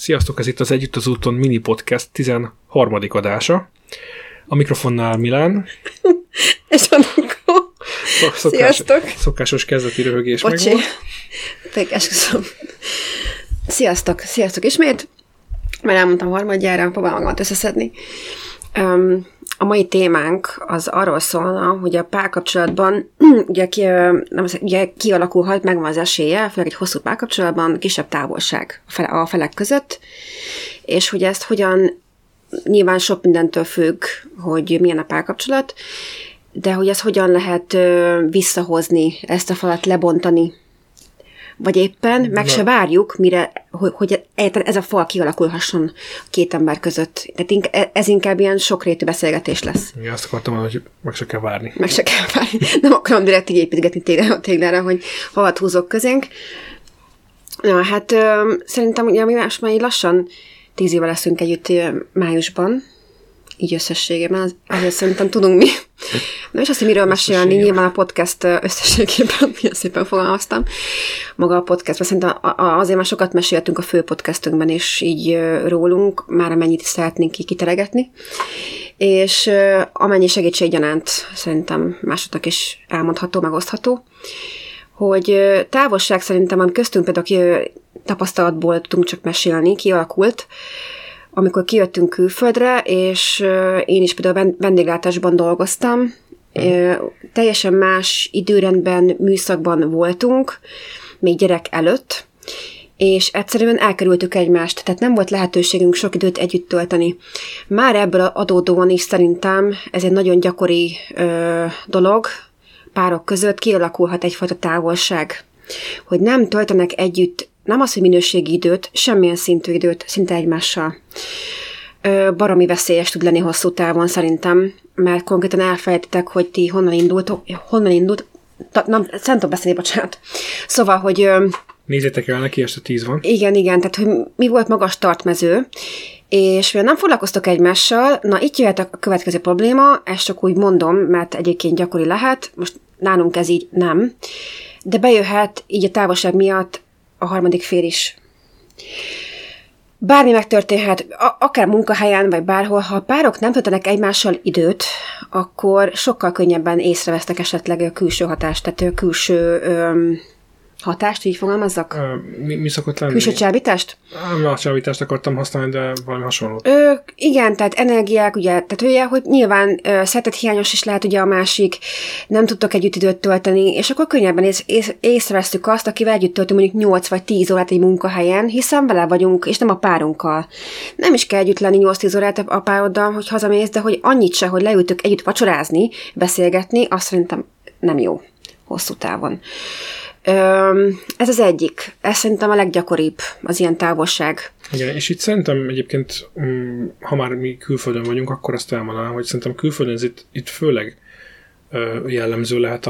Sziasztok, ez itt az Együtt az úton mini podcast 13. adása. A mikrofonnál Milán. És Anikó. Sziasztok. Szokásos kezdeti röhögés Bocsi. megvolt. Esküszöm. Sziasztok ismét. Már elmondtam harmadjára, próbálom magamat összeszedni. A mai témánk az arról szólna, hogy a párkapcsolatban ugye kialakulhat, megvan az esélye, főleg egy hosszú párkapcsolatban kisebb távolság a felek között, és hogy ezt hogyan, nyilván sok mindentől függ, hogy milyen a párkapcsolat, de hogy ezt hogyan lehet visszahozni, ezt a falat lebontani, vagy éppen meg se várjuk, mire, hogy ez a fal kialakulhasson a két ember között. Tehát ez inkább ilyen sokrétű beszélgetés lesz. Igen, azt akartam mondani, hogy meg se kell várni. Meg se kell várni. Nem akarom direkt így építgetni a téglára, hogy havat húzok közénk. Na, hát szerintem ugye mi már így lassan 10 éve leszünk együtt májusban, így összességében, azért szerintem tudunk mi. Nem is azt, hogy miről mesélni, nyilván a podcast összességében, milyen szépen fogalmaztam, maga a podcastban. Szerintem azért már sokat meséltünk a fő podcastünkben, és így rólunk, már amennyit szeretnénk kiteregetni. És amennyi segítséggyanánt szerintem másoknak is elmondható, megosztható, hogy távolság szerintem, ami köztünk például tapasztalatból tudunk csak mesélni, kialakult, amikor kijöttünk külföldre, és én is például vendéglátásban dolgoztam, teljesen más időrendben, műszakban voltunk, még gyerek előtt, és egyszerűen elkerültük egymást, tehát nem volt lehetőségünk sok időt együtt tölteni. Már ebből adódóan is szerintem ez egy nagyon gyakori dolog, párok között kialakulhat egyfajta távolság, hogy nem töltenek együtt, nem az, hogy minőségi időt, semmilyen szintű időt, szinte egymással. Baromi veszélyes tud lenni hosszú távon szerintem, mert konkrétan elfelejtitek, hogy ti honnan indult, nem tudom beszélni, bocsánat. Szóval, hogy... Nézzétek el, neki este 10 van. Igen, tehát hogy mi volt maga a startmező, és mivel nem foglalkoztok egymással, na itt jöhet a következő probléma, ezt csak úgy mondom, mert egyébként gyakori lehet, most nálunk ez így nem, de bejöhet így a távolság miatt a harmadik fél is. Bármi megtörténhet, akár munkahelyen, vagy bárhol, ha a párok nem töltenek egymással időt, akkor sokkal könnyebben észrevesznek esetleg külső hatást, tehát külső hatást, így fogalmazzak? Mi szokott lenni? Külső csábítást? Nem a csábítást akartam használni, de valami hasonlót. Igen, tehát energiák, ugye, tehát ugye, hogy nyilván szeretethiányos is lehet ugye a másik, nem tudtok együtt időt tölteni, és akkor könnyebben észrevesztük azt, akivel együtt töltünk mondjuk 8 vagy 10 órát egy munkahelyen, hiszen vele vagyunk, és nem a párunkkal. Nem is kell együtt lenni 8-10 órát a pároddal, hogy hazamész, de hogy annyit se, hogy leültök együtt vacsorázni, beszélgetni, azt szerintem nem jó hosszú távon. Ez az egyik. Ez szerintem a leggyakoribb, az ilyen távolság. Igen, és itt szerintem egyébként, ha már mi külföldön vagyunk, akkor azt elmondanám, hogy szerintem külföldön ez itt főleg jellemző lehet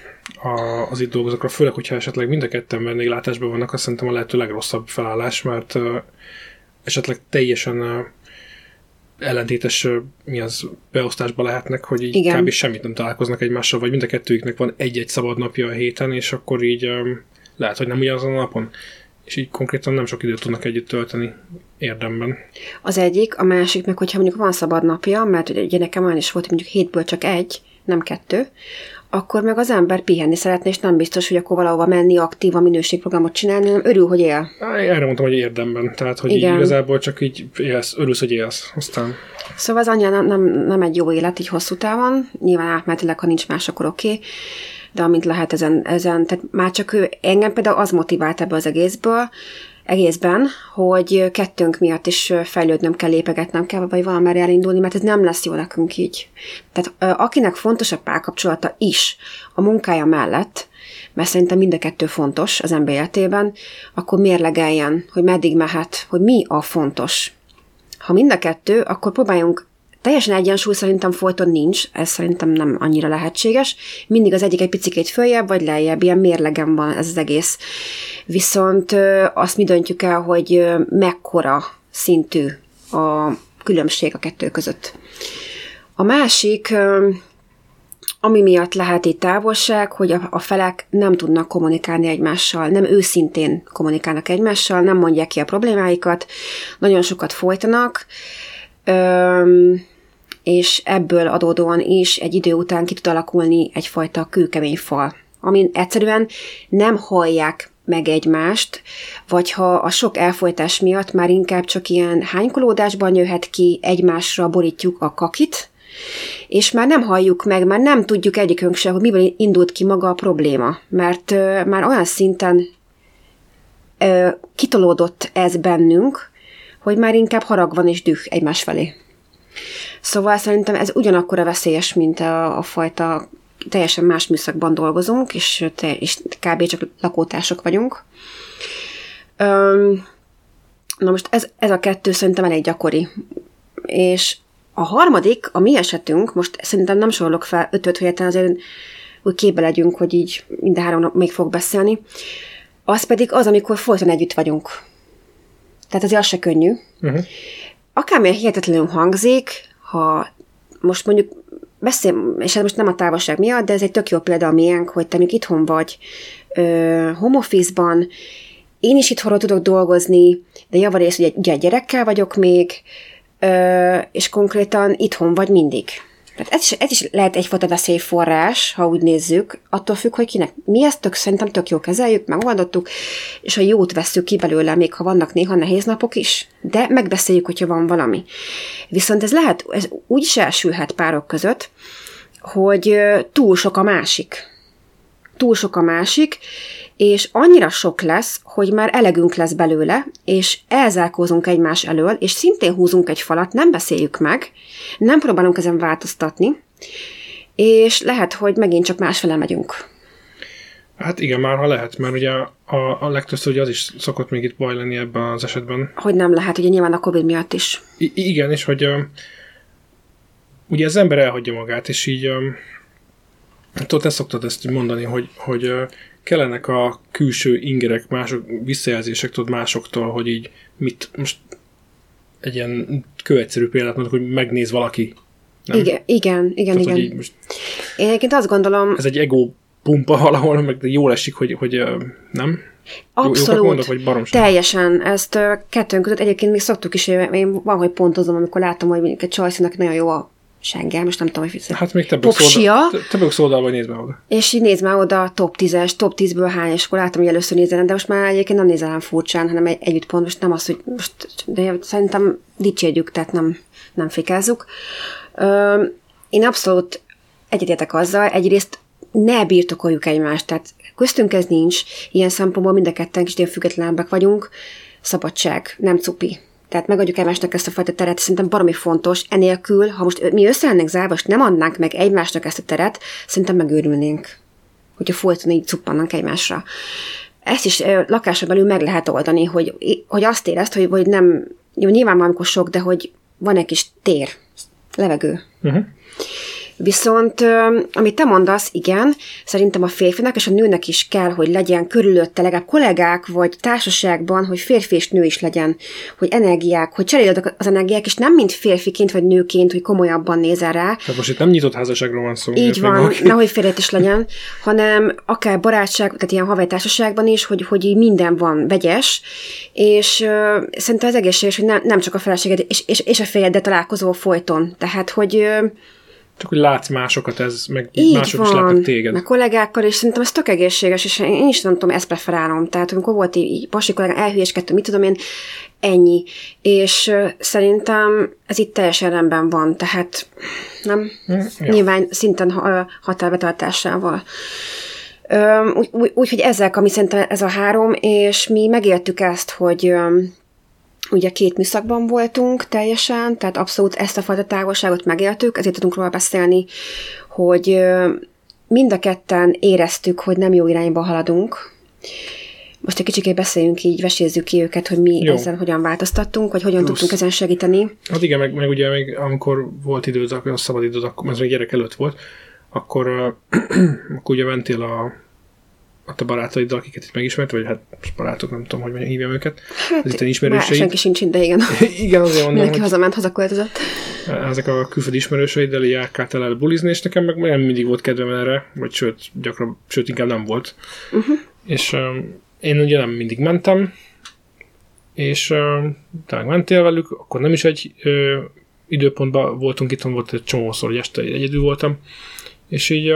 az itt dolgozókra, főleg, hogyha esetleg mind a ketten vendéglátásban vannak, azt szerintem a lehető legrosszabb felállás, mert esetleg teljesen ellentétes beosztásba lehetnek, hogy így kb. Semmit nem találkoznak egymással, vagy mind a kettőjüknek van egy-egy szabad napja a héten, és akkor így lehet, hogy nem ugyanazon a napon, és így konkrétan nem sok időt tudnak együtt tölteni érdemben. Az egyik, a másik meg, hogyha mondjuk van szabad napja, mert ugye nekem olyan is volt, hogy mondjuk 7-ből csak 1, nem 2, akkor meg az ember pihenni szeretne, és nem biztos, hogy akkor valahova menni, aktívan minőségprogramot csinálni, hanem örül, hogy él. Erre mondtam, hogy érdemben. Tehát, hogy így igazából csak így élsz, örülsz, hogy élsz. Aztán... Szóval az annyira nem egy jó élet így hosszú távon. Nyilván átmenetileg, ha nincs más, akkor oké. De amint lehet ezen, tehát már csak engem például az motivált ebbe az egészben, hogy kettőnk miatt is fejlődnöm kell, lépegetnem kell, vagy valamerre elindulni, mert ez nem lesz jó nekünk így. Tehát akinek fontos a párkapcsolata is a munkája mellett, mert szerintem mind a kettő fontos az ember életében, akkor mérlegeljen, hogy meddig mehet, hogy mi a fontos. Ha mind a kettő, akkor próbáljunk. Teljesen egyensúly szerintem folyton nincs, ez szerintem nem annyira lehetséges. Mindig az egyik egy picikét följebb vagy lejjebb, ilyen mérlegen van ez az egész. Viszont azt mi döntjük el, hogy mekkora szintű a különbség a kettő között. A másik ami miatt lehet itt távolság, hogy a felek nem tudnak kommunikálni egymással, nem őszintén kommunikálnak egymással, nem mondják ki a problémáikat, nagyon sokat folytanak, és ebből adódóan is egy idő után ki tud alakulni egyfajta kőkemény fal, amin egyszerűen nem hallják meg egymást, vagy ha a sok elfojtás miatt már inkább csak ilyen hánykolódásban jöhet ki, egymásra borítjuk a kakit, és már nem halljuk meg, már nem tudjuk egyikünk se, hogy miből indult ki maga a probléma, mert már olyan szinten kitolódott ez bennünk, hogy már inkább harag van és düh egymás felé. Szóval szerintem ez ugyanakkora veszélyes, mint a fajta teljesen más műszakban dolgozunk, és kb. Csak lakótársak vagyunk. Na most ez a kettő szerintem elég gyakori. És a harmadik, a mi esetünk, most szerintem nem sorolok fel 5-5 helyeten, azért úgy képbe legyünk, hogy így minden 3 nap még fog beszélni, az pedig az, amikor folyton együtt vagyunk. Tehát azért az se könnyű. Uh-huh. Akármilyen hihetetlenül hangzik, ha most mondjuk és ez most nem a távolság miatt, de ez egy tök jó példa a miénk, hogy te még itthon vagy home office-ban, én is itthonról tudok dolgozni, de javarészt ugye gyerekkel vagyok még, és konkrétan itthon vagy mindig. Tehát ez is lehet egyfajta veszélyforrás, ha úgy nézzük, attól függ, hogy kinek. Mi ezt szerintem tök jó kezeljük, megoldottuk, és a jót vesszük ki belőle, még ha vannak néha nehéz napok is, de megbeszéljük, hogyha van valami. Viszont ez úgy is elsülhet párok között, hogy túl sok a másik, és annyira sok lesz, hogy már elegünk lesz belőle, és elzárkózunk egymás elől, és szintén húzunk egy falat, nem beszéljük meg, nem próbálunk ezen változtatni, és lehet, hogy megint csak másfele megyünk. Hát igen, már ha lehet, mert ugye a legtöbbször ugye az is szokott még itt baj lenni ebben az esetben. Hogy nem lehet, ugye nyilván a Covid miatt is. Igen, és hogy ugye az ember elhagyja magát, és így tudod, te szoktad ezt mondani, hogy kellenek a külső ingerek, mások, visszajelzések tudod másoktól, hogy így most egy ilyen kőegyszerű példát mondok, hogy megnéz valaki. Nem? Igen. Most én egyébként azt gondolom... Ez egy ego pumpa valahol, meg jól esik, hogy nem? Abszolút, mondok, vagy baromság? Teljesen. Ezt kettőnk között egyébként még szoktuk is, én van, hogy pontozom, amikor látom, hogy egy csajszínak nagyon jó a sengel, most nem tudom, hogy hát még te böksz oldal, vagy nézd már oda. És így nézd már oda top 10-ből hány, és akkor látom, hogy először nézelem, de most már egyébként nem nézelem furcsán, hanem együtt pont, most nem az, hogy most, de szerintem dicsérjük, tehát nem fikázzuk. Én abszolút egyetértek azzal, egyrészt ne birtokoljuk egymást, tehát köztünk ez nincs, ilyen szempontból mind a ketten kis függetlenebbek vagyunk, szabadság, nem cupi. Tehát megadjuk egymásnak ezt a fajta teret, szerintem baromi fontos. Enélkül, ha most mi összeállnánk zárva, és nem adnánk meg egymásnak ezt a teret, szerintem megőrülnénk, hogyha folyton így cuppannánk egymásra. Ezt is lakáson belül meg lehet oldani, hogy azt érezd, hogy nem, jó, nyilván van amikor sok, de hogy van egy kis tér, levegő. Uh-huh. Viszont, amit te mondasz, igen, szerintem a férfinak és a nőnek is kell, hogy legyen körülötte legalább kollégák, vagy társaságban, hogy férfi és nő is legyen, hogy energiák, hogy cserélődök az energiák, és nem mint férfiként vagy nőként, hogy komolyabban nézel rá. Tehát most itt nem nyitott házasságról van szó. Így van, nehogy félret is legyen, hanem akár barátság, tehát ilyen havertársaságban is, hogy így minden van vegyes, és szerintem az egészséges, hogy nem csak a feleséged és a férjeddel találkozol folyton. Tehát, hogy csak hogy látsz másokat, ez meg így mások van, is látnak téged. Meg kollégákkal, és szerintem ez tök egészséges, és én is nem tudom, ezt preferálom. Tehát amikor volt így pasi kollégám, elhülyeskedtem, mit tudom én, ennyi. És szerintem ez itt teljesen rendben van, tehát nem? Ja. Nyilván szinten határbetartásával. Úgyhogy ezek, ami szerintem ez a 3, és mi megéltük ezt, hogy ugye 2 műszakban voltunk teljesen, tehát abszolút ezt a fajta távolságot megéltük, ezért tudunk róla beszélni, hogy mind a ketten éreztük, hogy nem jó irányba haladunk. Most egy kicsikét beszéljünk így, vesézzük ki őket, hogy mi ezen hogyan változtattunk, vagy hogyan tudtunk ezen segíteni. Hát igen, meg ugye még amikor volt időd, a szabad időd, akkor ez még gyerek előtt volt, akkor ugye mentél a te barátaiddal, akiket itt megismert, vagy hát barátok, nem tudom, hogy hívjam őket. Hát, ez itt ismerőseid. Senki sincs, de igen. Igen, azért mondom, mindenki hazament, hazaköltözött. ezek a külföldi ismerőseiddel járkáltál el bulizni, és nekem meg nem mindig volt kedvem erre, vagy sőt inkább nem volt. És én ugye nem mindig mentem, és te meg mentél velük, akkor nem is egy időpontban voltunk itthon, volt egy csomószor, hogy este egyedül voltam, és így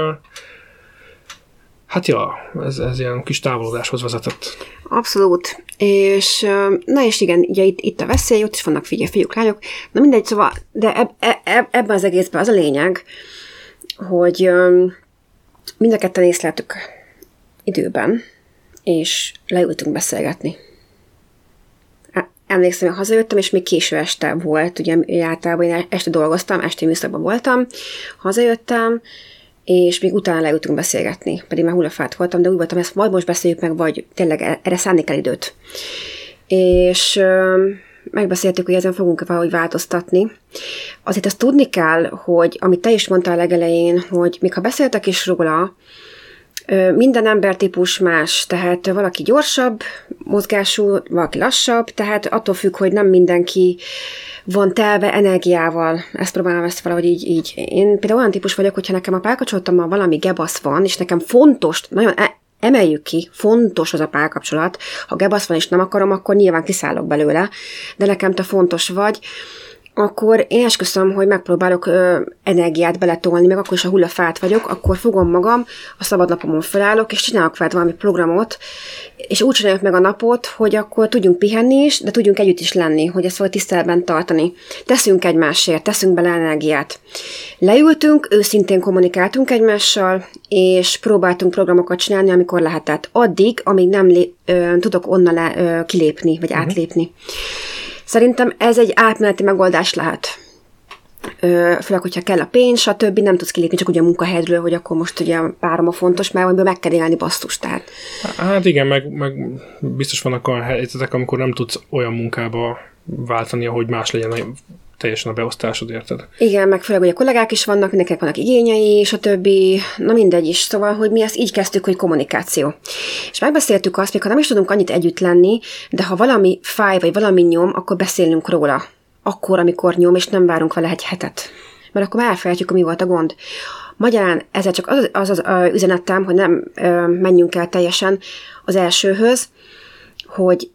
hát ja, ez ilyen kis távolodáshoz vezetett. Abszolút. És na és igen, ugye itt a veszély, ott is vannak fiúk, lányok, na mindegy, szóval, de ebben az egészben az a lényeg, hogy mind a ketten észleltük időben, és leültünk beszélgetni. Emlékszem, hogy hazajöttem, és még késő este volt, ugye általában én este dolgoztam, esti műszakban voltam, hazajöttem, és még utána leültünk beszélgetni, pedig már hullafáradt voltam, de úgy voltam, ezt vagy most beszéljük meg, vagy tényleg erre szánni kell időt. És megbeszéltük, hogy ezen fogunk valahogy változtatni. Azért azt tudni kell, hogy amit te is mondtál legelején, hogy még ha beszéltek is róla, minden embertípus más, tehát valaki gyorsabb mozgású, valaki lassabb, tehát attól függ, hogy nem mindenki van telve energiával. Ezt próbálom valahogy így. Én például olyan típus vagyok, hogyha nekem a párkapcsolatommal valami gebasz van, és nekem fontos, nagyon emeljük ki, fontos az a párkapcsolat. Ha gebasz van és nem akarom, akkor nyilván kiszállok belőle, de nekem te fontos vagy, akkor én esküszöm, hogy megpróbálok energiát beletolni, meg akkor is, ha hullafáradt vagyok, akkor fogom magam, a szabadnapomon felállok, és csinálok fel valami programot, és úgy csináljuk meg a napot, hogy akkor tudjunk pihenni is, de tudjunk együtt is lenni, hogy ezt valahogy tiszteletben tartani. Teszünk egymásért, teszünk bele energiát. Leültünk, őszintén kommunikáltunk egymással, és próbáltunk programokat csinálni, amikor lehetett. Addig, amíg nem tudok onnan kilépni, vagy átlépni. Szerintem ez egy átmeneti megoldás lehet. Főleg, hogyha kell a pénz, stb. Nem tudsz kilépni csak ugye a munkahelyedről, hogy akkor most ugye párom a fontos, mert amiből meg kell élni basszus, tehát. Hát igen, meg biztos vannak olyan helyzetek, amikor nem tudsz olyan munkába váltani, ahogy más legyen teljesen a beosztásod, érted? Igen, meg főleg, hogy a kollégák is vannak, mindenkinek vannak igényei, stb. Na mindegy is. Szóval, hogy mi ezt így kezdtük, hogy kommunikáció. És megbeszéltük azt, még ha nem is tudunk annyit együtt lenni, de ha valami fáj, vagy valami nyom, akkor beszélünk róla. Akkor, amikor nyom, és nem várunk vele egy hetet. Mert akkor már elfelejtjük, hogy mi volt a gond. Magyarán ezzel csak az üzenetem, hogy nem menjünk el teljesen az elsőhöz, hogy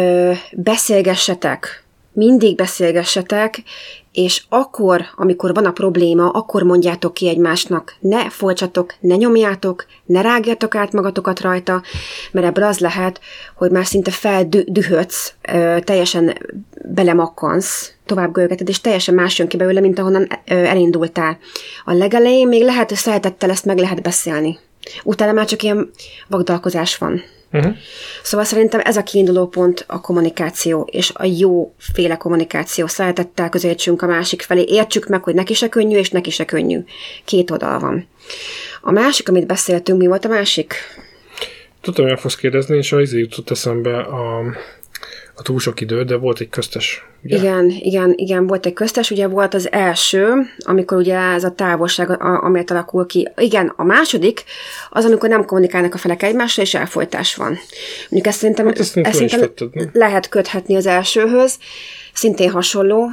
beszélgessetek, mindig beszélgessetek, és akkor, amikor van a probléma, akkor mondjátok ki egymásnak, ne folytsatok, ne nyomjátok, ne rágjatok át magatokat rajta, mert ebből az lehet, hogy már szinte feldühödsz, teljesen belemakkansz, tovább görgeted, és teljesen más jön ki belőle, mint ahonnan elindultál. A legelején még lehet, hogy szeretettel ezt meg lehet beszélni. Utána már csak ilyen vagdalkozás van. Szóval szerintem ez a kiinduló pont a kommunikáció, és a jóféle kommunikáció. Szeretettel közelítsünk a másik felé, értsük meg, hogy neki se könnyű, és neki se könnyű. Két oldal van. A másik, amit beszéltünk, mi volt a másik? Tudom, hogy fogsz kérdezni, és az jutott eszembe a túl sok idő, de volt egy köztes. Ugye? Igen, volt egy köztes, ugye volt az első, amikor ugye ez a távolság, amelyet alakul ki. Igen, a második, az, amikor nem kommunikálnak a felek egymással, és elfolytás van. Mondjuk ezt szerintem, lehet köthetni az elsőhöz, szintén hasonló.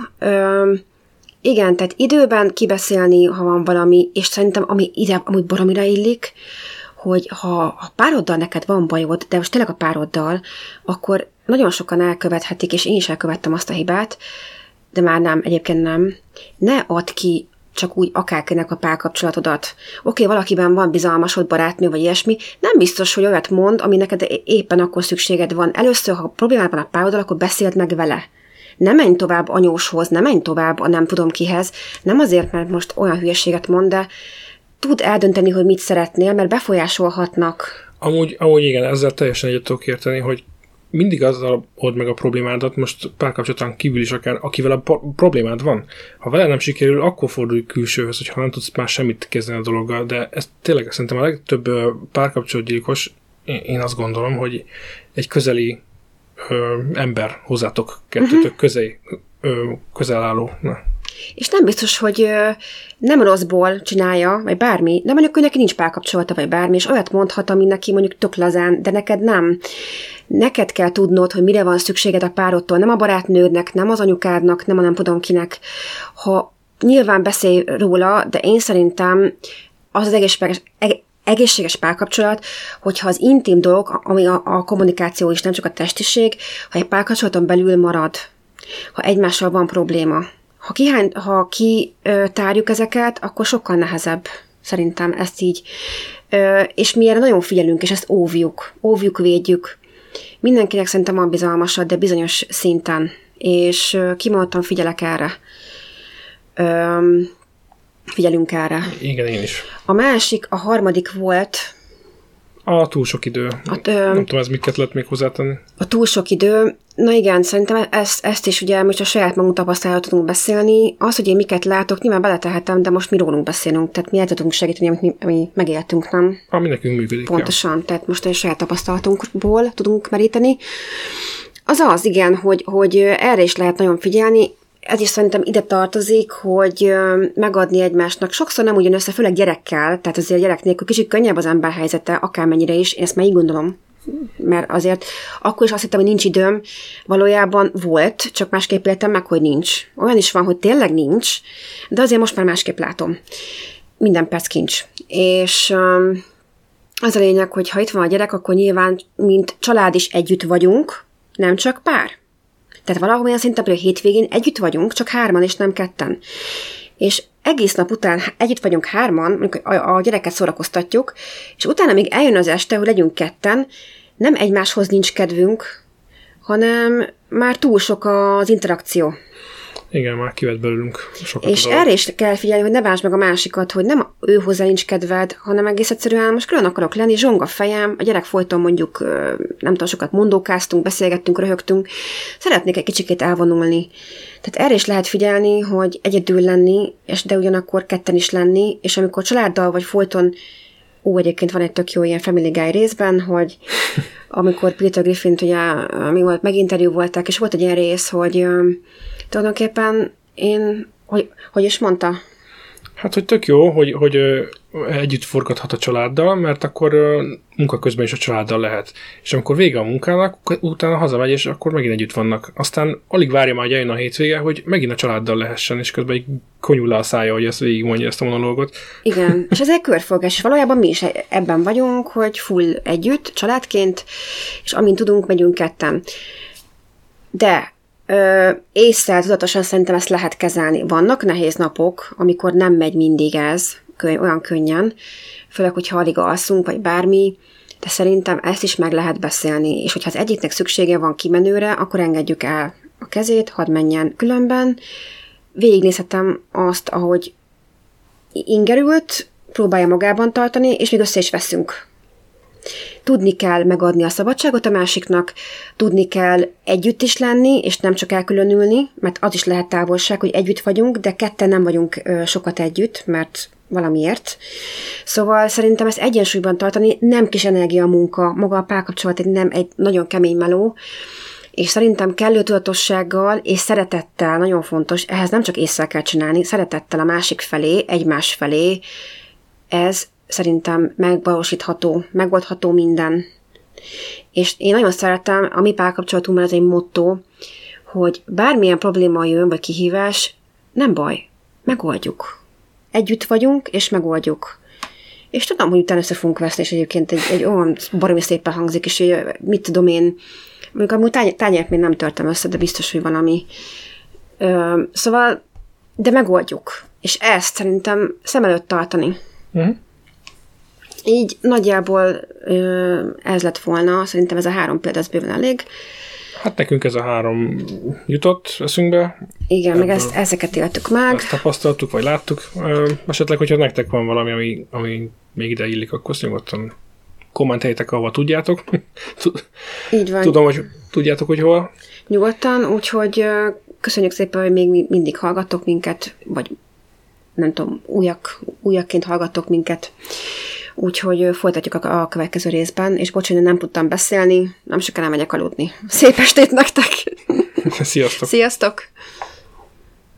Igen, tehát időben kibeszélni, ha van valami, és szerintem, ami ide, amúgy baromira illik, hogy ha a pároddal neked van bajod, de most tényleg a pároddal, akkor nagyon sokan elkövethetik, és én is elkövettem azt a hibát, de már nem, egyébként nem. Ne add ki csak úgy akárkinek a párkapcsolatodat. Oké, valakiben van bizalmasod, barátnő, vagy ilyesmi, nem biztos, hogy olyat mond, ami neked éppen akkor szükséged van. Először, ha problémád van a pároddal, akkor beszéld meg vele. Ne menj tovább anyóshoz, ne menj tovább a nem tudom kihez, nem azért, mert most olyan hülyeséget mond, de tud eldönteni, hogy mit szeretnél, mert befolyásolhatnak. Amúgy igen, ezzel teljesen egyet tudok érteni, hogy mindig azzal old meg a problémádat, most párkapcsolatán kívül is akár, akivel a problémád van. Ha vele nem sikerül, akkor fordulj külsőhöz, hogyha nem tudsz már semmit kezdeni a dologgal, de ez tényleg szerintem a legtöbb párkapcsolatgyilkos, én azt gondolom, hogy egy közeli ember hozzátok, kettőtök közel álló. Na. És nem biztos, hogy nem rosszból csinálja, vagy bármi, de mondjuk, hogy neki nincs párkapcsolata, vagy bármi, és olyat mondhat, ami neki mondjuk tök lazán, de neked nem. Neked kell tudnod, hogy mire van szükséged a párodtól, nem a barátnődnek, nem az anyukádnak, nem a nem tudom kinek. Ha nyilván beszélj róla, de én szerintem az egészséges párkapcsolat, hogyha az intim dolgok, ami a kommunikáció is, nem csak a testiség, ha egy párkapcsolaton belül marad, ha egymással van probléma. Ha kitárjuk ezeket, akkor sokkal nehezebb szerintem ezt így. És mi erre nagyon figyelünk, és ezt óvjuk, védjük. Mindenkinek szerintem van bizalmasad, de bizonyos szinten. És kimondottan figyelek erre. Figyelünk erre. Igen, én is. A harmadik volt... A túl sok idő. Nem tudom, ez miket lehet még hozzátenni. A túl sok idő. Na igen, szerintem ezt is ugye most a saját magunk tapasztalatról tudunk beszélni. Az, hogy én miket látok, nyilván beletehetem, de most mi rólunk beszélünk. Tehát mi el tudunk segíteni, amit megéltünk, nem? Ami nekünk működik. Pontosan. Ja. Tehát most a saját tapasztalatunkból tudunk meríteni. Az igen, hogy erre is lehet nagyon figyelni. Ez is szerintem ide tartozik, hogy megadni egymásnak. Sokszor nem ugyan össze, főleg gyerekkel, tehát azért gyerek nélkül kicsit könnyebb az ember helyzete, akármennyire is, én ezt már így gondolom. Mert azért akkor is azt hittem, hogy nincs időm, valójában volt, csak másképp éltem meg, hogy nincs. Olyan is van, hogy tényleg nincs, de azért most már másképp látom. Minden perc kincs. És az a lényeg, hogy ha itt van a gyerek, akkor nyilván, mint család is együtt vagyunk, nem csak pár. Tehát valahol olyan szinten, hogy a hétvégén együtt vagyunk, csak 3 és nem 2. És egész nap után együtt vagyunk 3, a gyereket szórakoztatjuk, és utána még eljön az este, hogy legyünk 2, nem egymáshoz nincs kedvünk, hanem már túl sok az interakció. Igen, már kivett belőlünk sokat. És erre is kell figyelni, hogy ne bántsd meg a másikat, hogy nem ő hozzá nincs kedved, hanem egész egyszerűen most külön akarok lenni, zsong a fejem, a gyerek folyton mondjuk, nem tudom, sokat mondókáztunk, beszélgettünk, röhögtünk, szeretnék egy kicsikét elvonulni. Tehát erre is lehet figyelni, hogy egyedül lenni, de ugyanakkor 2 is lenni, és amikor családdal vagy folyton, egyébként van egy tök jó ilyen Family Guy részben, hogy amikor Peter Griffint ugye meginterjú voltak, és volt egy ilyen rész, hogy tulajdonképpen hogy is mondta? Hát, hogy tök jó, hogy együtt forgathat a családdal, mert akkor munka közben is a családdal lehet. És amikor vége a munkának, utána hazamegy, és akkor megint együtt vannak. Aztán alig várja már, hogy eljön a hétvége, hogy megint a családdal lehessen, és közben így konyul le a szája, hogy ezt végigmondja ezt a monológot. Igen, és ez egy körforgás, és valójában mi is ebben vagyunk, hogy full együtt, családként, és amint tudunk, megyünk 2. De észre tudatosan szerintem ezt lehet kezelni. Vannak nehéz napok, amikor nem megy mindig ez olyan könnyen, főleg, hogyha alig alszunk, vagy bármi, de szerintem ezt is meg lehet beszélni, és hogyha az egyiknek szüksége van kimenőre, akkor engedjük el a kezét, hadd menjen. Különben végignézhetem azt, ahogy ingerült, próbálja magában tartani, és még össze is veszünk. Tudni kell megadni a szabadságot a másiknak, tudni kell együtt is lenni, és nem csak elkülönülni, mert az is lehet távolság, hogy együtt vagyunk, de 2 nem vagyunk sokat együtt, mert valamiért. Szóval szerintem ezt egyensúlyban tartani nem kis energia munka, maga a párkapcsolat nem egy nagyon kemény meló, és szerintem kellő tudatossággal és szeretettel, nagyon fontos, ehhez nem csak észre kell csinálni, szeretettel a másik felé, egymás felé, ez szerintem megvalósítható, megoldható minden. És én nagyon szeretem, a mi párkapcsolatunkban ez egy motto, hogy bármilyen probléma jön, vagy kihívás, nem baj, megoldjuk. Együtt vagyunk, és megoldjuk. És tudom, hogy utána össze fogunk veszni, és egyébként egy olyan baromi szépen hangzik, és mit tudom én, mondjuk amúgy tányért még nem törtem össze, de biztos, hogy valami. Szóval, de megoldjuk. És ezt szerintem szem előtt tartani. Uh-huh. Így nagyjából ez lett volna, szerintem ez a 3 példa, ez bőven elég. Hát nekünk ez a 3 jutott eszünkbe. Igen, meg ezeket éltük meg. Ezt tapasztaltuk, vagy láttuk. Esetleg, hogyha nektek van valami, ami még ide illik, akkor nyugodtan kommenteljétek, ahova tudjátok. Így van. Tudom, hogy tudjátok, hogy hol. Nyugodtan, úgyhogy köszönjük szépen, hogy még mindig hallgattok minket, vagy nem tudom, újakként hallgattok minket. Úgyhogy folytatjuk a következő részben, és bocs, hogy nem tudtam beszélni, nem sokára megyek aludni. Szép estét nektek! Sziasztok! Sziasztok!